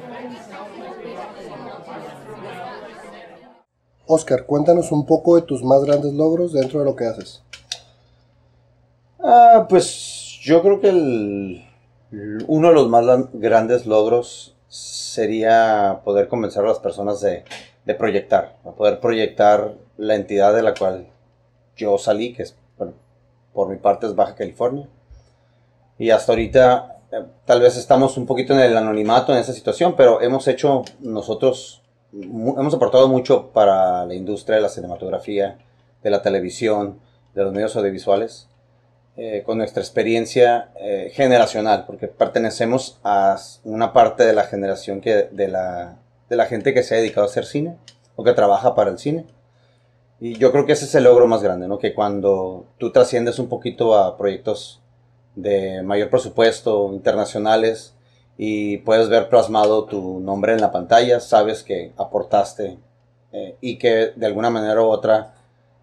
Oscar, cuéntanos un poco de tus más grandes logros dentro de lo que haces. Pues yo creo que uno de los más grandes logros sería poder convencer a las personas de proyectar, a poder proyectar la entidad de la cual yo salí, que es, bueno, por mi parte es Baja California. Y hasta ahorita tal vez estamos un poquito en el anonimato en esa situación, pero hemos aportado mucho para la industria de la cinematografía, de la televisión, de los medios audiovisuales. Con nuestra experiencia generacional, porque pertenecemos a una parte de la generación de la gente que se ha dedicado a hacer cine o que trabaja para el cine. Y yo creo que ese es el logro más grande, ¿no? Que cuando tú trasciendes un poquito a proyectos de mayor presupuesto, internacionales, y puedes ver plasmado tu nombre en la pantalla, sabes que aportaste y que de alguna manera u otra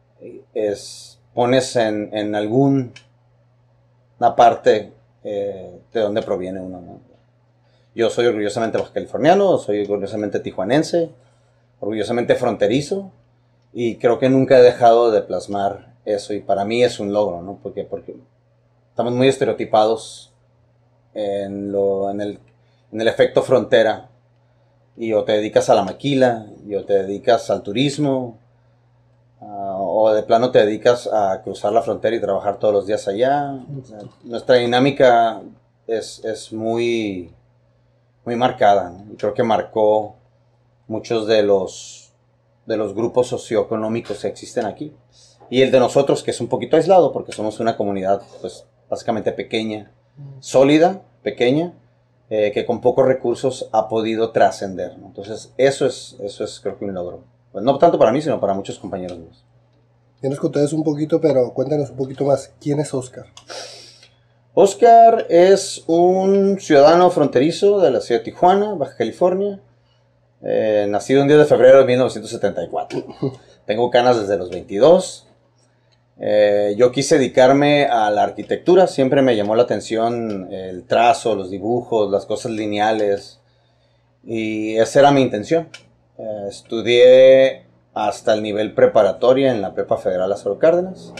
pones en algún una parte de donde proviene uno, ¿no? Yo soy orgullosamente bajacaliforniano, soy orgullosamente tijuanense, orgullosamente fronterizo, y creo que nunca he dejado de plasmar eso, y para mí es un logro, ¿no? Porque estamos muy estereotipados en el efecto frontera, y o te dedicas a la maquila, y o te dedicas al turismo, o de plano te dedicas a cruzar la frontera y trabajar todos los días allá. O sea, nuestra dinámica es muy, muy marcada, ¿no? Y creo que marcó muchos de los grupos socioeconómicos que existen aquí. Y el de nosotros, que es un poquito aislado, porque somos una comunidad pues básicamente pequeña, sólida, pequeña, que con pocos recursos ha podido trascender, ¿no? Entonces eso es creo que un logro. Pues no tanto para mí, sino para muchos compañeros míos. Ya nos contaste un poquito, pero cuéntanos un poquito más. ¿Quién es Oscar? Oscar es un ciudadano fronterizo de la ciudad de Tijuana, Baja California. Nacido un 10 de febrero de 1974. Tengo canas desde los 22. Yo quise dedicarme a la arquitectura. Siempre me llamó la atención el trazo, los dibujos, las cosas lineales. Y esa era mi intención. Estudié hasta el nivel preparatoria en la Prepa Federal Lázaro Cárdenas.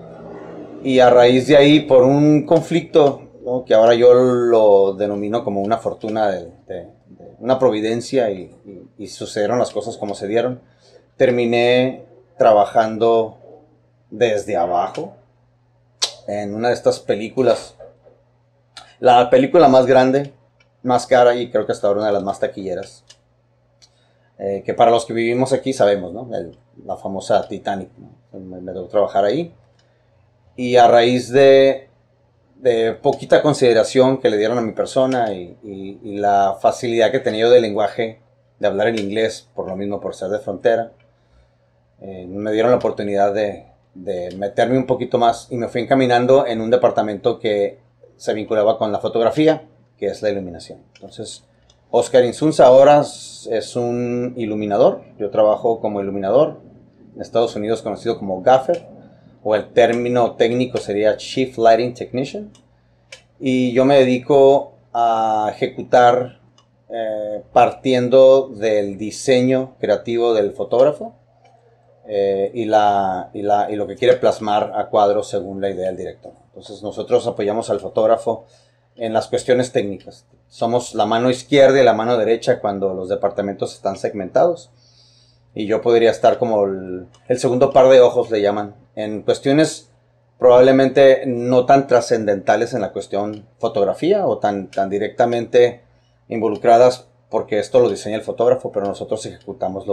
Y a raíz de ahí, por un conflicto, ¿no?, que ahora yo lo denomino como una fortuna de una providencia, y sucedieron las cosas como se dieron, terminé trabajando desde abajo en una de estas películas, la película más grande, más cara y creo que hasta ahora una de las más taquilleras, que para los que vivimos aquí sabemos, ¿no? La famosa Titanic, ¿no? Me tocó trabajar ahí, y a raíz de poquita consideración que le dieron a mi persona y la facilidad que tenía yo de lenguaje, de hablar en inglés, por lo mismo, por ser de frontera, me dieron la oportunidad de meterme un poquito más, y me fui encaminando en un departamento que se vinculaba con la fotografía, que es la iluminación. Entonces, Oscar Insunza ahora es un iluminador. Yo trabajo como iluminador, en Estados Unidos conocido como gaffer, o el término técnico sería Chief Lighting Technician, y yo me dedico a ejecutar partiendo del diseño creativo del fotógrafo, y lo que quiere plasmar a cuadro según la idea del director. Entonces nosotros apoyamos al fotógrafo en las cuestiones técnicas. Somos la mano izquierda y la mano derecha cuando los departamentos están segmentados, y yo podría estar como el segundo par de ojos, le llaman, en cuestiones probablemente no tan trascendentales en la cuestión fotografía, o tan directamente involucradas, porque esto lo diseña el fotógrafo, pero nosotros ejecutamos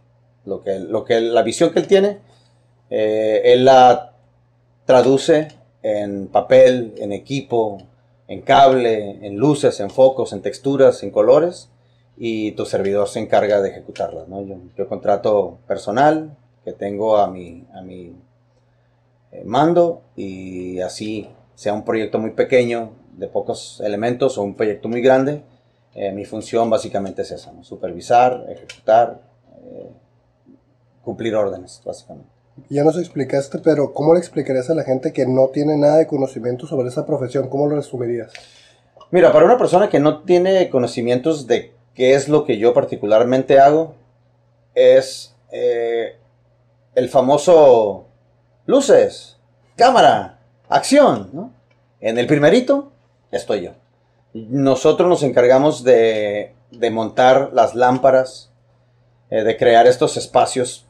la visión que él tiene. Él la traduce en papel, en equipo, en cable, en luces, en focos, en texturas, en colores, y tu servidor se encarga de ejecutarlas, ¿no? Yo contrato personal que tengo a mi mando, y así sea un proyecto muy pequeño de pocos elementos o un proyecto muy grande, mi función básicamente es esa, ¿no? Supervisar, ejecutar, cumplir órdenes, básicamente. Ya nos explicaste, pero ¿cómo le explicarías a la gente que no tiene nada de conocimiento sobre esa profesión? ¿Cómo lo resumirías? Mira, para una persona que no tiene conocimientos de ¿qué es lo que yo particularmente hago? Es el famoso luces, cámara, acción, ¿no? En el primerito estoy yo. Nosotros nos encargamos de montar las lámparas, de crear estos espacios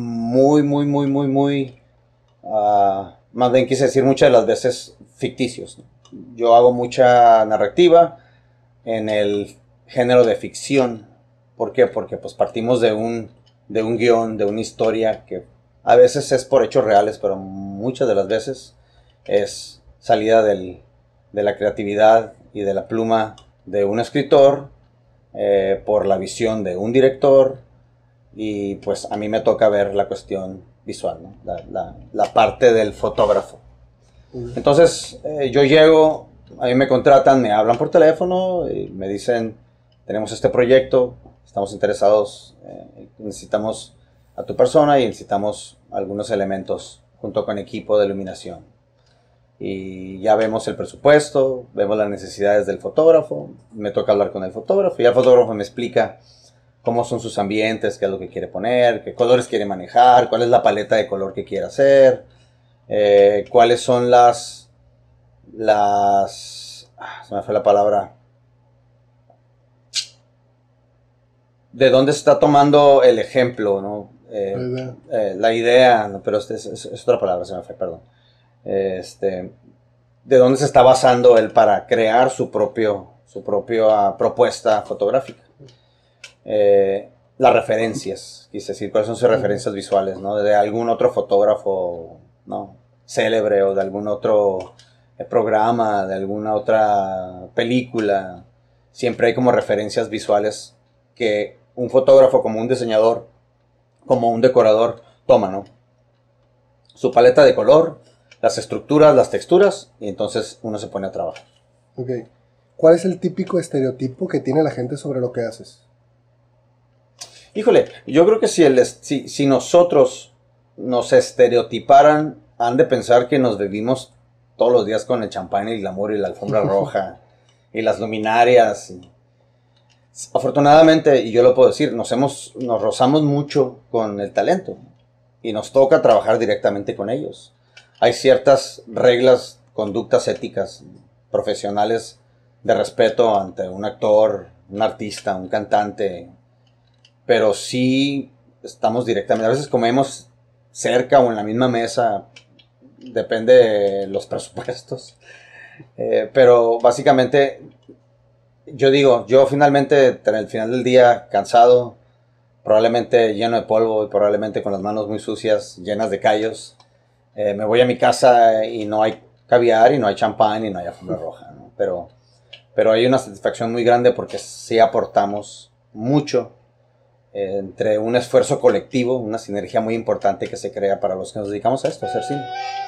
muy, más bien quise decir muchas de las veces ficticios, ¿no? Yo hago mucha narrativa en el género de ficción. ¿Por qué? Porque pues partimos de un guión, de una historia que a veces es por hechos reales, pero muchas de las veces es salida de la creatividad y de la pluma de un escritor, por la visión de un director, y pues a mí me toca ver la cuestión visual, ¿no? La parte del fotógrafo. Entonces yo llego, a mí me contratan, me hablan por teléfono y me dicen, tenemos este proyecto, estamos interesados, necesitamos a tu persona y necesitamos algunos elementos junto con equipo de iluminación. Y ya vemos el presupuesto, vemos las necesidades del fotógrafo, me toca hablar con el fotógrafo y el fotógrafo me explica cómo son sus ambientes, qué es lo que quiere poner, qué colores quiere manejar, cuál es la paleta de color que quiere hacer, cuáles son se me fue la palabra, de dónde se está tomando el ejemplo, ¿no? La idea, no, pero es otra palabra, se me fue, perdón. De dónde se está basando él para crear su propia propuesta fotográfica. Las referencias, quise decir, cuáles son sus referencias visuales, ¿no? De algún otro fotógrafo, ¿no? Célebre, o de algún otro programa, de alguna otra película. Siempre hay como referencias visuales que un fotógrafo, como un diseñador, como un decorador, toma, ¿no? Su paleta de color, las estructuras, las texturas, y entonces uno se pone a trabajar. Ok. ¿Cuál es el típico estereotipo que tiene la gente sobre lo que haces? Híjole, yo creo que si nosotros nos estereotiparan, han de pensar que nos vivimos todos los días con el champán y el glamour y la alfombra roja y las luminarias. Afortunadamente, y yo lo puedo decir, nos rozamos mucho con el talento y nos toca trabajar directamente con ellos. Hay ciertas reglas, conductas éticas, profesionales de respeto ante un actor, un artista, un cantante, pero sí estamos directamente, a veces comemos cerca o en la misma mesa, depende de los presupuestos, pero básicamente yo finalmente, en el final del día, cansado, probablemente lleno de polvo y probablemente con las manos muy sucias, llenas de callos, me voy a mi casa y no hay caviar y no hay champán y no hay alfombra roja, ¿no? Pero hay una satisfacción muy grande porque sí aportamos mucho, entre un esfuerzo colectivo, una sinergia muy importante que se crea para los que nos dedicamos a esto, a hacer cine.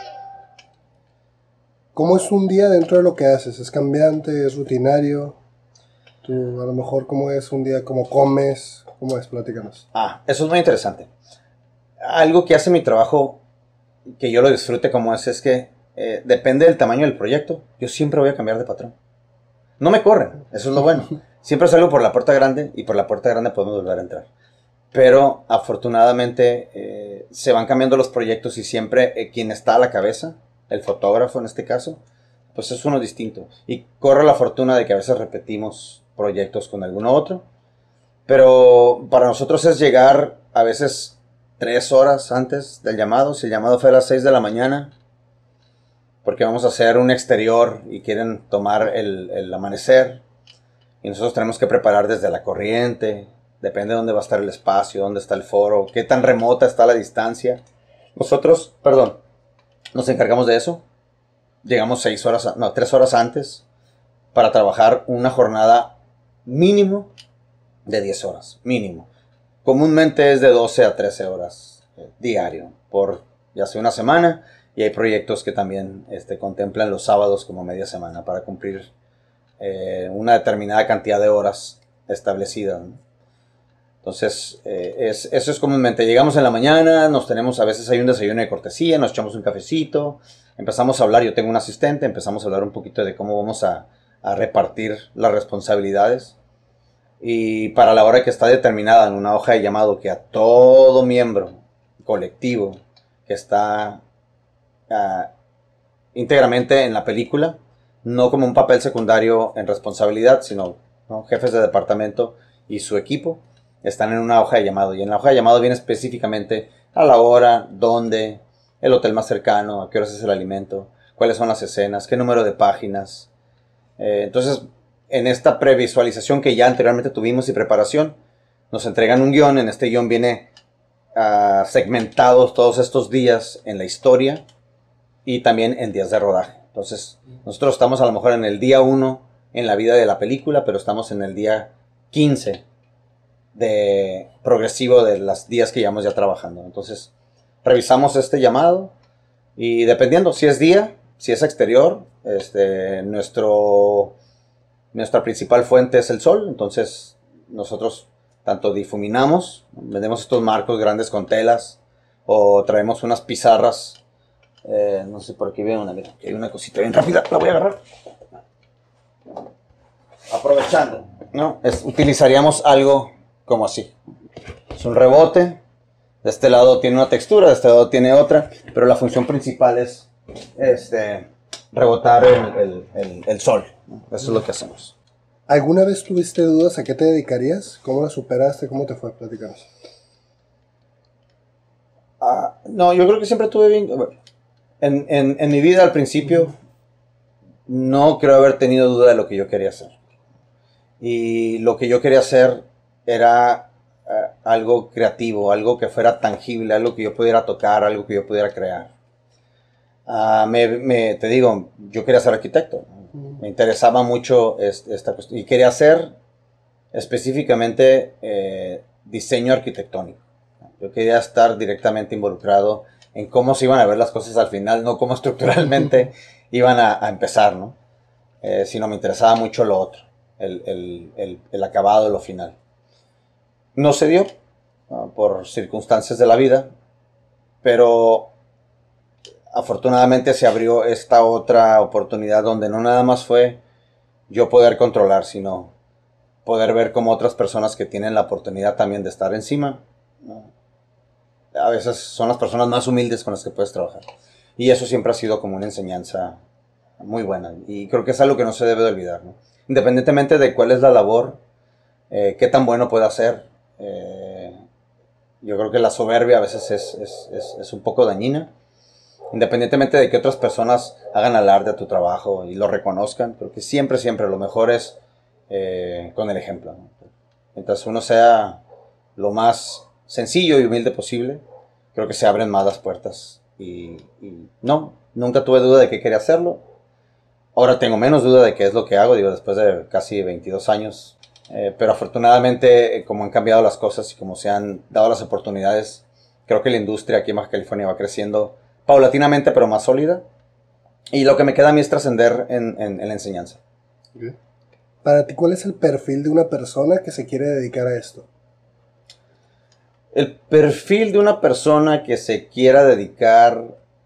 ¿Cómo es un día dentro de lo que haces? ¿Es cambiante? ¿Es rutinario? Tú, a lo mejor, ¿cómo es un día? ¿Cómo comes? ¿Cómo es? Platícanos. Eso es muy interesante. Algo que hace mi trabajo, que yo lo disfrute como es que depende del tamaño del proyecto, yo siempre voy a cambiar de patrón. No me corren, eso es lo bueno. Siempre salgo por la puerta grande y por la puerta grande podemos volver a entrar. Pero afortunadamente se van cambiando los proyectos y siempre quien está a la cabeza, el fotógrafo en este caso, pues es uno distinto. Y corre la fortuna de que a veces repetimos proyectos con alguno otro. Pero para nosotros es llegar a veces 3 horas antes del llamado. Si el llamado fue a las 6 de la mañana, porque vamos a hacer un exterior y quieren tomar el amanecer, y nosotros tenemos que preparar desde la corriente, depende de dónde va a estar el espacio, dónde está el foro, qué tan remota está la distancia. Nosotros, nos encargamos de eso. Llegamos 3 horas antes para trabajar una jornada mínimo de 10 horas, mínimo. Comúnmente es de 12 a 13 horas diario, por ya sea una semana, y hay proyectos que también contemplan los sábados como media semana para cumplir una determinada cantidad de horas establecidas, ¿no? Entonces, eso es comúnmente. Llegamos en la mañana, a veces hay un desayuno de cortesía, nos echamos un cafecito, empezamos a hablar, yo tengo un asistente, empezamos a hablar un poquito de cómo vamos a repartir las responsabilidades. Y para la hora que está determinada en una hoja de llamado que a todo miembro colectivo que está íntegramente en la película, no como un papel secundario en responsabilidad, sino, ¿no?, jefes de departamento y su equipo están en una hoja de llamado. Y en la hoja de llamado viene específicamente a la hora, dónde, el hotel más cercano, a qué horas es el alimento, cuáles son las escenas, qué número de páginas. Entonces, en esta previsualización que ya anteriormente tuvimos y preparación, nos entregan un guión. En este guión viene segmentados todos estos días en la historia y también en días de rodaje. Entonces, nosotros estamos a lo mejor en el día 1 en la vida de la película, pero estamos en el día 15 de progresivo de los días que llevamos ya trabajando. Entonces, revisamos este llamado y dependiendo si es día, si es exterior, nuestra principal fuente es el sol. Entonces, nosotros tanto difuminamos, vendemos estos marcos grandes con telas, o traemos unas pizarras. No sé, por aquí viene mira, hay una cosita bien rápida, la voy a agarrar. Aprovechando, ¿no? Utilizaríamos algo como así. Es un rebote. De este lado tiene una textura, de este lado tiene otra, pero la función principal es rebotar el sol. Eso es lo que hacemos. ¿Alguna vez tuviste dudas a qué te dedicarías? ¿Cómo la superaste? ¿Cómo te fue? Platícanos. No, yo creo que siempre tuve bien... En mi vida al principio no creo haber tenido duda de lo que yo quería hacer. Y lo que yo quería hacer era algo creativo, algo que fuera tangible, algo que yo pudiera tocar, algo que yo pudiera crear. Te digo, yo quería ser arquitecto. Me interesaba mucho esta cuestión. Y quería hacer específicamente diseño arquitectónico. Yo quería estar directamente involucrado en cómo se iban a ver las cosas al final, no cómo estructuralmente iban a empezar, ¿no? Sino me interesaba mucho lo otro, el acabado, lo final. No se dio, por circunstancias de la vida, pero afortunadamente se abrió esta otra oportunidad donde no nada más fue yo poder controlar, sino poder ver cómo otras personas que tienen la oportunidad también de estar encima, ¿no?, a veces son las personas más humildes con las que puedes trabajar. Y eso siempre ha sido como una enseñanza muy buena. Y creo que es algo que no se debe de olvidar, ¿no? Independientemente de cuál es la labor, qué tan bueno pueda ser. Yo creo que la soberbia a veces es un poco dañina. Independientemente de que otras personas hagan alarde a tu trabajo y lo reconozcan, creo que siempre lo mejor es con el ejemplo, ¿no? Mientras uno sea lo más sencillo y humilde posible, creo que se abren más las puertas. Y no, nunca tuve duda de que quería hacerlo. Ahora tengo menos duda de qué es lo que hago, digo, después de casi 22 años. Pero afortunadamente, como han cambiado las cosas y como se han dado las oportunidades, creo que la industria aquí en Baja California va creciendo paulatinamente, pero más sólida. Y lo que me queda a mí es trascender en la enseñanza. Okay. Para ti, ¿cuál es el perfil de una persona que se quiere dedicar a esto? El perfil de una persona que se quiera dedicar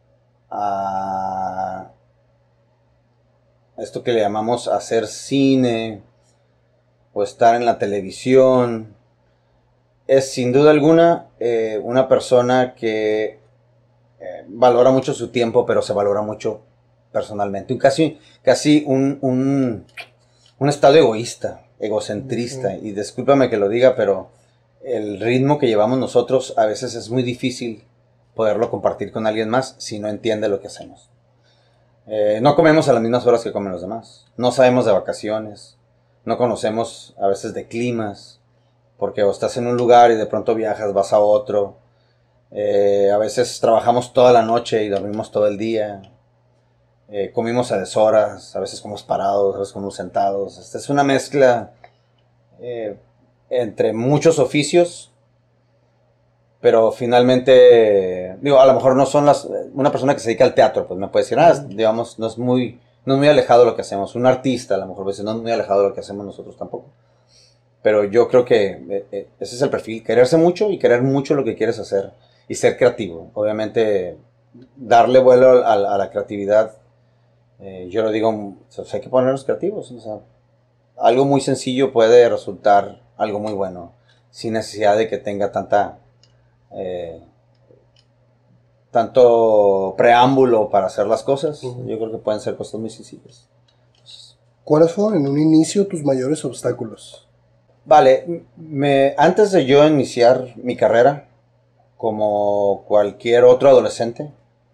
a esto que le llamamos hacer cine o estar en la televisión es sin duda alguna una persona que valora mucho su tiempo, pero se valora mucho personalmente. Casi un estado egoísta, egocentrista. Y discúlpame que lo diga, pero el ritmo que llevamos nosotros a veces es muy difícil poderlo compartir con alguien más si no entiende lo que hacemos. No comemos a las mismas horas que comen los demás. No sabemos de vacaciones. No conocemos a veces de climas. Porque o estás en un lugar y de pronto viajas, vas a otro. A veces trabajamos toda la noche y dormimos todo el día. Comimos a deshoras. A veces comemos parados, a veces comemos sentados. Esta es una mezcla entre muchos oficios, pero finalmente, digo, a lo mejor no son una persona que se dedica al teatro, pues me puede decir, digamos, no es muy alejado de lo que hacemos. Un artista, a lo mejor, pues, no es muy alejado de lo que hacemos nosotros tampoco. Pero yo creo que ese es el perfil, quererse mucho y querer mucho lo que quieres hacer y ser creativo. Obviamente, darle vuelo a la creatividad, yo lo digo, hay que ponernos creativos, o sea, algo muy sencillo puede resultar algo muy bueno, sin necesidad de que tenga tanto preámbulo para hacer las cosas. Yo creo que pueden ser cosas muy sencillas. ¿Cuáles fueron en un inicio tus mayores obstáculos? Vale, antes de yo iniciar mi carrera, como cualquier otro adolescente,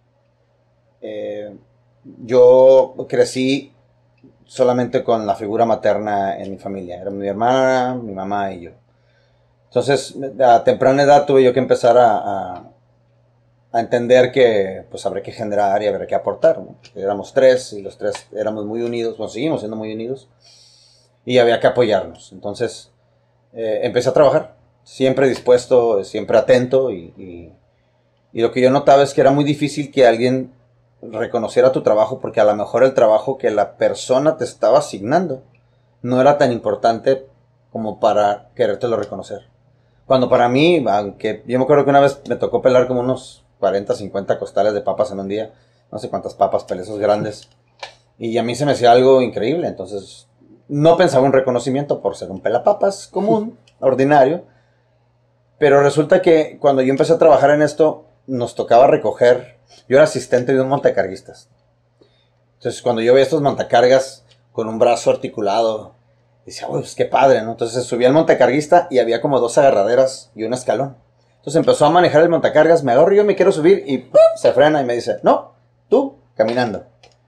yo crecí solamente con la figura materna en mi familia. Era mi hermana, mi mamá y yo. Entonces, a temprana edad tuve yo que empezar a entender que pues habría que generar y habría que aportar, ¿no? Éramos tres y los tres éramos muy unidos, bueno, seguimos siendo muy unidos y había que apoyarnos. Entonces, empecé a trabajar, siempre dispuesto, siempre atento y lo que yo notaba es que era muy difícil que alguien reconociera tu trabajo porque a lo mejor el trabajo que la persona te estaba asignando no era tan importante como para querértelo reconocer. Cuando para mí, aunque yo me acuerdo que una vez me tocó pelar como unos 40, 50 costales de papas en un día, no sé cuántas papas, pelé esos grandes, y a mí se me hacía algo increíble, entonces no pensaba en reconocimiento por ser un pelapapas común, ordinario, pero resulta que cuando yo empecé a trabajar en esto, nos tocaba recoger, yo era asistente de un montacarguistas, entonces cuando yo veía estos montacargas con un brazo articulado, decía, uy, pues qué padre, ¿no? Entonces subí al montacarguista y había como 2 agarraderas y un escalón. Entonces empezó a manejar el montacargas, me agarro y yo me quiero subir y ¡pum! Se frena y me dice, no, tú, caminando.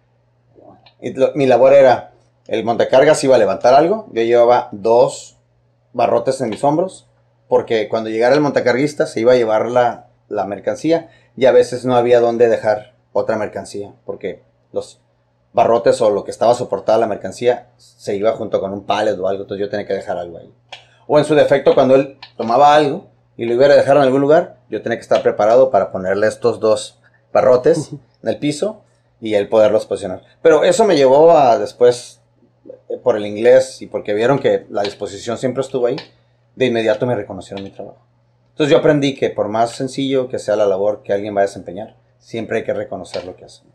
Y mi labor era, el montacargas iba a levantar algo, yo llevaba 2 barrotes en mis hombros, porque cuando llegara el montacarguista se iba a llevar la mercancía y a veces no había dónde dejar otra mercancía, porque los barrotes o lo que estaba soportada la mercancía se iba junto con un pallet o algo, entonces yo tenía que dejar algo ahí. O en su defecto, cuando él tomaba algo y lo iba a dejar en algún lugar, yo tenía que estar preparado para ponerle estos 2 barrotes en el piso y él poderlos posicionar. Pero eso me llevó a después, por el inglés y porque vieron que la disposición siempre estuvo ahí, de inmediato me reconocieron mi trabajo. Entonces yo aprendí que por más sencillo que sea la labor que alguien va a desempeñar, siempre hay que reconocer lo que hace.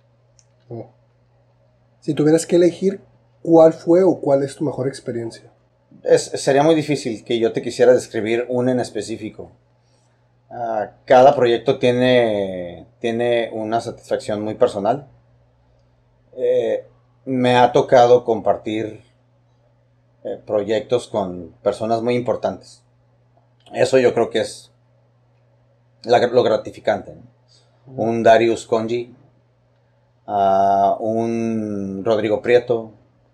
Si tuvieras que elegir, ¿cuál fue o cuál es tu mejor experiencia? Sería muy difícil que yo te quisiera describir un en específico. Cada proyecto tiene una satisfacción muy personal. Me ha tocado compartir proyectos con personas muy importantes. Eso yo creo que es lo gratificante, ¿no? Un Darius Conji, un Rodrigo Prieto,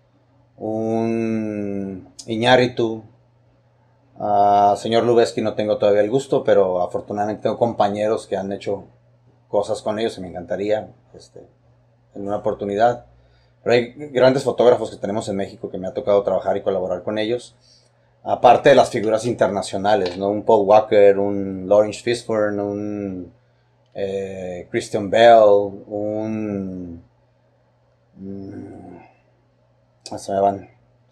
un Iñárritu, señor Lubeski no tengo todavía el gusto, pero afortunadamente tengo compañeros que han hecho cosas con ellos y me encantaría en una oportunidad. Pero hay grandes fotógrafos que tenemos en México que me ha tocado trabajar y colaborar con ellos. Aparte de las figuras internacionales, ¿no? Un Paul Walker, un Lawrence Fishburne, un Christian Bale, se me van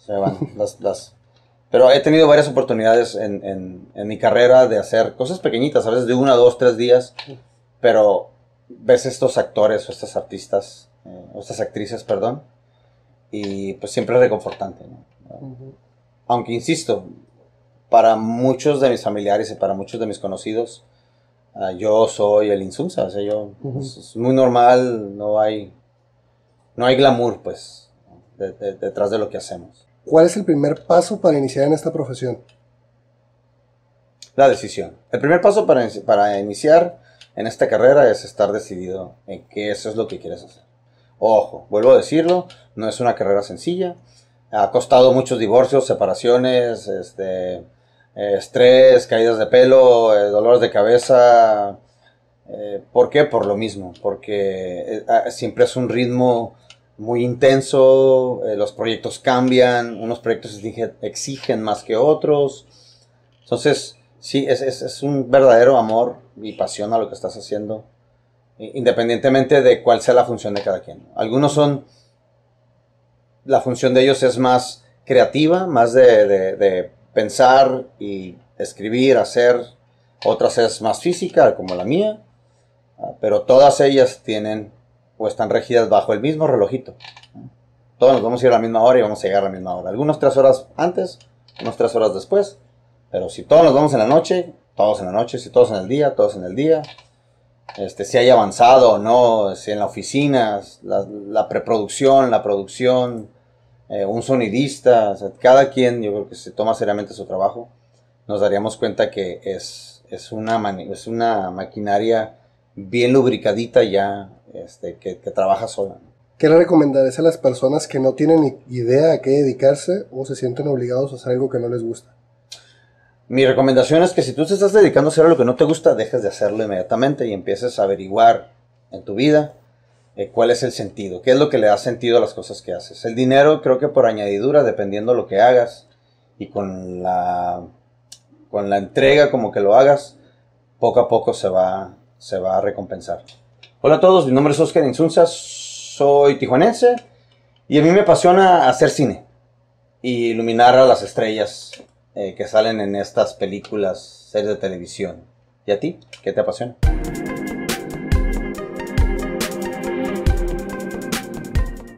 pero he tenido varias oportunidades en mi carrera de hacer cosas pequeñitas, a veces de 1, 2, 3 días, pero ves estos actores o estas artistas, o estas actrices, perdón, y pues siempre es reconfortante, ¿no? Aunque insisto, para muchos de mis familiares y para muchos de mis conocidos, yo soy el insunza, o sea, es muy normal, no hay glamour, pues, detrás de lo que hacemos. ¿Cuál es el primer paso para iniciar en esta profesión? La decisión. El primer paso para iniciar en esta carrera es estar decidido en que eso es lo que quieres hacer. Ojo, vuelvo a decirlo, no es una carrera sencilla. Ha costado muchos divorcios, separaciones, estrés, caídas de pelo, dolores de cabeza. ¿Por qué? Por lo mismo, porque siempre es un ritmo muy intenso, los proyectos cambian, unos proyectos exigen más que otros. Entonces, sí, es un verdadero amor y pasión a lo que estás haciendo, independientemente de cuál sea la función de cada quien. Algunos la función de ellos es más creativa, más de pensar y escribir, hacer. Otras es más física, como la mía, pero todas ellas tienen o están regidas bajo el mismo relojito. Todos nos vamos a ir a la misma hora y vamos a llegar a la misma hora. Algunos 3 horas antes, unas 3 horas después. Pero si todos nos vamos en la noche, todos en la noche. Si todos en el día, todos en el día. Si hay avanzado o no, si en la oficina, la preproducción, la producción, un sonidista, o sea, cada quien, yo creo que se toma seriamente su trabajo, nos daríamos cuenta que es una maquinaria bien lubricadita ya, que trabaja sola. ¿Qué le recomendarías a las personas que no tienen idea a qué dedicarse o se sienten obligados a hacer algo que no les gusta? Mi recomendación es que si tú te estás dedicando a hacer algo que no te gusta, dejes de hacerlo inmediatamente y empieces a averiguar en tu vida cuál es el sentido, qué es lo que le da sentido a las cosas que haces. El dinero, creo que por añadidura, dependiendo lo que hagas y con la entrega como que lo hagas, poco a poco se va a recompensar. Hola a todos, mi nombre es Oscar Insunza, soy tijuanense y a mí me apasiona hacer cine y iluminar a las estrellas que salen en estas películas, series de televisión. ¿Y a ti? ¿Qué te apasiona?